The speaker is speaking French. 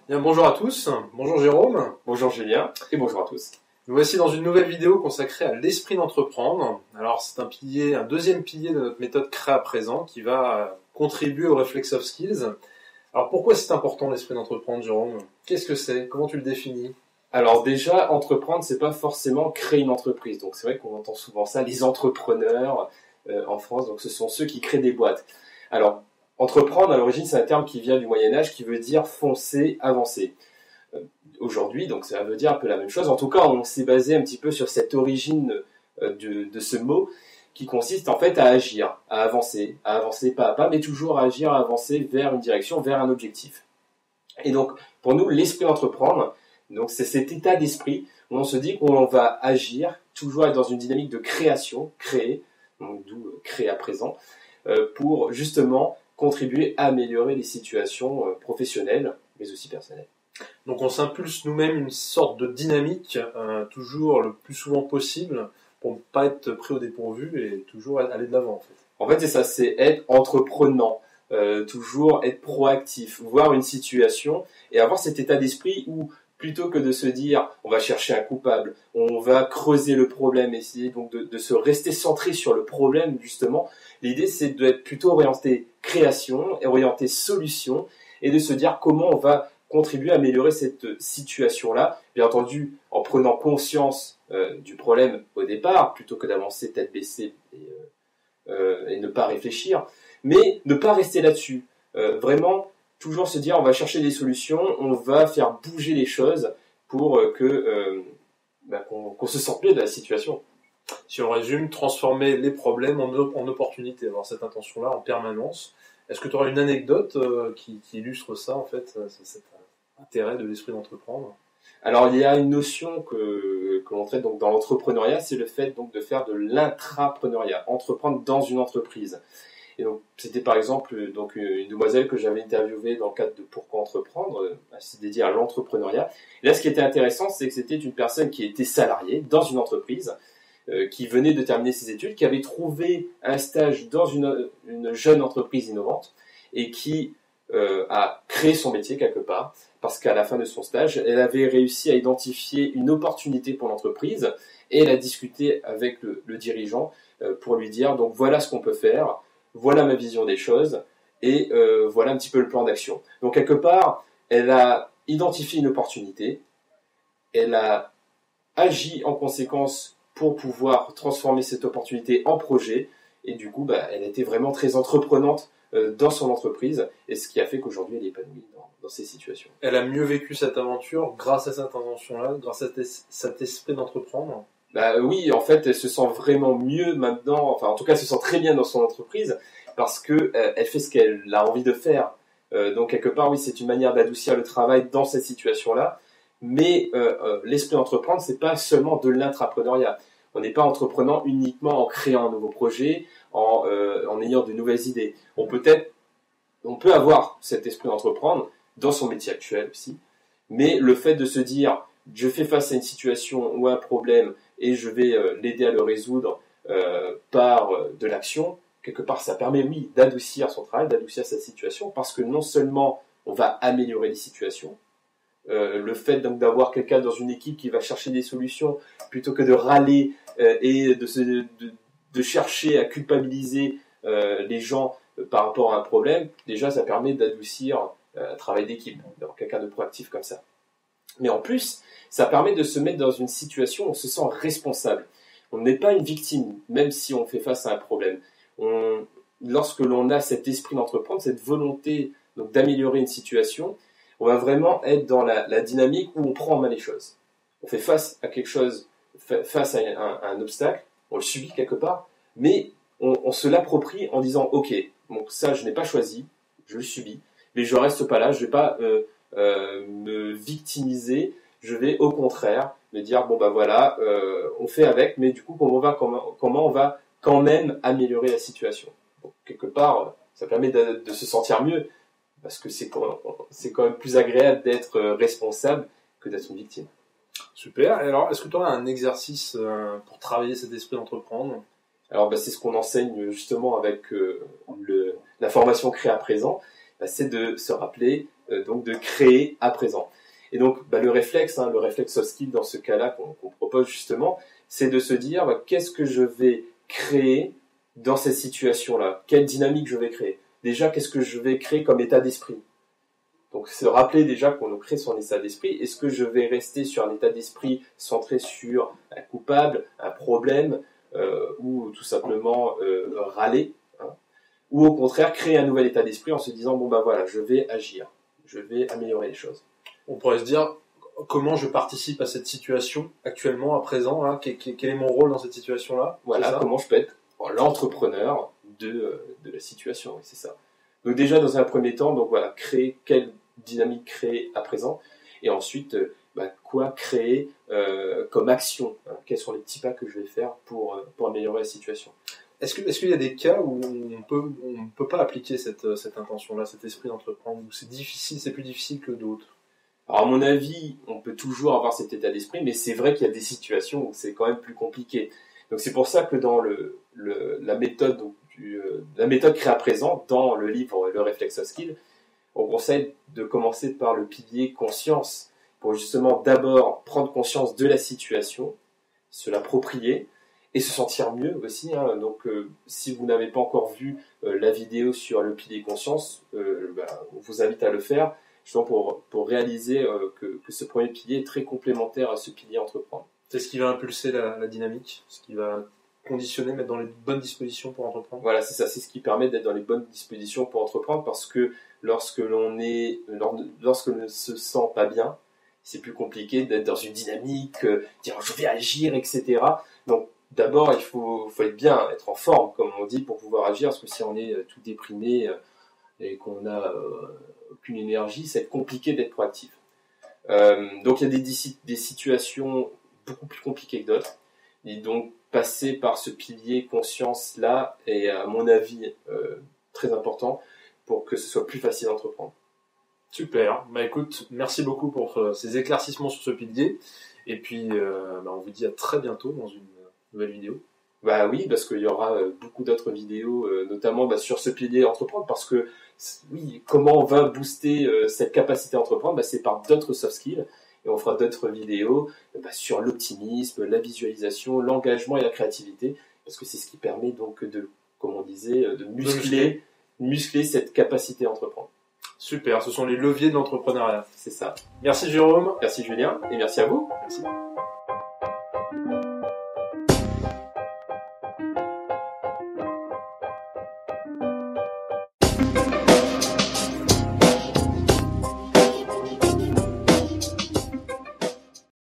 Bien, bonjour à tous, bonjour Jérôme. Bonjour Julien et bonjour à tous. Nous voici dans une nouvelle vidéo consacrée à l'esprit d'entreprendre. Alors c'est un deuxième pilier de notre méthode Créa présent qui va contribuer au Reflex of Skills. Alors pourquoi c'est important l'esprit d'entreprendre, Jérôme? Qu'est-ce que c'est? Comment tu le définis? Alors déjà, entreprendre, c'est pas forcément créer une entreprise. Donc c'est vrai qu'on entend souvent ça, les entrepreneurs en France, donc ce sont ceux qui créent des boîtes. Alors, entreprendre, à l'origine, c'est un terme qui vient du Moyen-Âge, qui veut dire foncer, avancer. Aujourd'hui, donc ça veut dire un peu la même chose. En tout cas, on s'est basé un petit peu sur cette origine de ce mot qui consiste en fait à agir, à avancer pas à pas, mais toujours à agir, à avancer vers une direction, vers un objectif. Et donc, pour nous, l'esprit d'entreprendre, donc c'est cet état d'esprit où on se dit qu'on va agir, toujours être dans une dynamique de création, créer, donc d'où créer à présent, pour justement contribuer à améliorer les situations professionnelles, mais aussi personnelles. Donc on s'impulse nous-mêmes une sorte de dynamique, toujours le plus souvent possible, pour ne pas être pris au dépourvu et toujours aller de l'avant en fait. En fait, c'est ça, c'est être entreprenant, toujours être proactif, voir une situation et avoir cet état d'esprit où plutôt que de se dire on va chercher un coupable, on va creuser le problème, essayer donc de se rester centré sur le problème justement, l'idée c'est d'être plutôt orienté création et orienté solution et de se dire comment on va contribuer à améliorer cette situation-là, bien entendu en prenant conscience du problème au départ, plutôt que d'avancer tête baissée et ne pas réfléchir, mais ne pas rester là-dessus. Vraiment, toujours se dire on va chercher des solutions, on va faire bouger les choses pour qu'on se sente mieux de la situation. Si on résume, transformer les problèmes en opportunités, avoir cette intention-là en permanence. Est-ce que tu auras une anecdote qui illustre ça, en fait, cet intérêt de l'esprit d'entreprendre? Alors, il y a une notion que l'on traite donc dans l'entrepreneuriat, c'est le fait donc de faire de l'intrapreneuriat, entreprendre dans une entreprise. Et donc, c'était par exemple donc une demoiselle que j'avais interviewée dans le cadre de Pourquoi entreprendre, c'est dédié à l'entrepreneuriat. Et là, ce qui était intéressant, c'est que c'était une personne qui était salariée dans une entreprise, qui venait de terminer ses études, qui avait trouvé un stage dans une jeune entreprise innovante et qui a créé son métier quelque part, parce qu'à la fin de son stage, elle avait réussi à identifier une opportunité pour l'entreprise et elle a discuté avec le dirigeant pour lui dire donc voilà ce qu'on peut faire, voilà ma vision des choses et voilà un petit peu le plan d'action. Donc quelque part, elle a identifié une opportunité, elle a agi en conséquence pour pouvoir transformer cette opportunité en projet et du coup, elle a été vraiment très entreprenante dans son entreprise et ce qui a fait qu'aujourd'hui elle est épanouie dans ces situations. Elle a mieux vécu cette aventure grâce à cette intention-là, grâce à cet esprit d'entreprendre? Oui, en fait, elle se sent vraiment mieux maintenant, enfin en tout cas elle se sent très bien dans son entreprise parce que elle fait ce qu'elle a envie de faire. Donc quelque part, oui, c'est une manière d'adoucir le travail dans cette situation-là. Mais l'esprit d'entreprendre, c'est pas seulement de l'intrapreneuriat. On n'est pas entreprenant uniquement en créant un nouveau projet, en ayant de nouvelles idées. On peut avoir cet esprit d'entreprendre dans son métier actuel aussi, mais le fait de se dire je fais face à une situation ou à un problème et je vais l'aider à le résoudre par de l'action, quelque part ça permet oui d'adoucir son travail, d'adoucir sa situation, parce que non seulement on va améliorer les situations, le fait donc d'avoir quelqu'un dans une équipe qui va chercher des solutions plutôt que de râler et de chercher à culpabiliser les gens par rapport à un problème, déjà ça permet d'adoucir un travail d'équipe, d'avoir quelqu'un de proactif comme ça. Mais en plus, ça permet de se mettre dans une situation où on se sent responsable. On n'est pas une victime, même si on fait face à un problème. Lorsque l'on a cet esprit d'entreprendre, cette volonté donc, d'améliorer une situation, on va vraiment être dans la dynamique où on prend en main les choses. On fait face à quelque chose, face à un obstacle, on le subit quelque part, mais on se l'approprie en disant « Ok, donc ça je n'ai pas choisi, je le subis, mais je reste pas là, je vais pas me victimiser, je vais au contraire me dire bon voilà, on fait avec, mais du coup comment on va quand même améliorer la situation. Donc, quelque part, ça permet de se sentir mieux. Parce que c'est quand même plus agréable d'être responsable que d'être une victime. Super. Et alors, est-ce que tu aurais un exercice pour travailler cet esprit d'entreprendre? Alors, c'est ce qu'on enseigne justement avec la formation Créa présent. C'est de se rappeler donc de créer à présent. Et donc le réflexe soft skill dans ce cas-là qu'on propose justement, c'est de se dire qu'est-ce que je vais créer dans cette situation-là, quelle dynamique je vais créer. Déjà, qu'est-ce que je vais créer comme état d'esprit. Donc, se rappeler déjà qu'on crée son état d'esprit. Est-ce que je vais rester sur un état d'esprit centré sur un coupable, un problème, ou tout simplement râler, hein, ou au contraire créer un nouvel état d'esprit en se disant voilà, je vais agir, je vais améliorer les choses. On pourrait se dire comment je participe à cette situation actuellement, à présent, hein, quel est mon rôle dans cette situation-là. Voilà, comment je peux être l'entrepreneur de la situation, oui, c'est ça. Donc déjà dans un premier temps, créer quelle dynamique créer à présent, et ensuite quoi créer comme action, hein, quels sont les petits pas que je vais faire pour améliorer la situation. Est-ce qu'il y a des cas où on peut pas appliquer cette intention-là, cet esprit d'entreprendre, où c'est difficile, c'est plus difficile que d'autres? Alors à mon avis, on peut toujours avoir cet état d'esprit, mais c'est vrai qu'il y a des situations où c'est quand même plus compliqué. Donc c'est pour ça que dans la méthode créée à présent, dans le livre Le Réflexe Soft Skill, on conseille de commencer par le pilier conscience, pour justement d'abord prendre conscience de la situation, se l'approprier et se sentir mieux aussi. Hein. Donc si vous n'avez pas encore vu la vidéo sur le pilier conscience, on vous invite à le faire, justement pour réaliser que ce premier pilier est très complémentaire à ce pilier entreprendre. C'est ce qui va impulser la dynamique, ce qui va conditionner, mettre dans les bonnes dispositions pour entreprendre. Voilà, c'est ça, c'est ce qui permet d'être dans les bonnes dispositions pour entreprendre, parce que lorsque l'on ne se sent pas bien, c'est plus compliqué d'être dans une dynamique, dire je vais agir, etc. Donc d'abord, il faut être bien, être en forme, comme on dit, pour pouvoir agir, parce que si on est tout déprimé et qu'on n'a aucune énergie, ça va être compliqué d'être proactif. Donc il y a des situations beaucoup plus compliquées que d'autres. Et donc, passer par ce pilier conscience-là est, à mon avis, très important pour que ce soit plus facile d'entreprendre. Super. Écoute, merci beaucoup pour ces éclaircissements sur ce pilier. Et puis, on vous dit à très bientôt dans une nouvelle vidéo. Oui, parce qu'il y aura beaucoup d'autres vidéos, notamment sur ce pilier entreprendre, parce que, oui, comment on va booster cette capacité à entreprendre, c'est par d'autres soft skills. Et on fera d'autres vidéos sur l'optimisme, la visualisation, l'engagement et la créativité, parce que c'est ce qui permet donc comme on disait, de muscler cette capacité à entreprendre. Super, ce sont les leviers de l'entrepreneuriat. C'est ça. Merci Jérôme. Merci Julien, et merci à vous. Merci.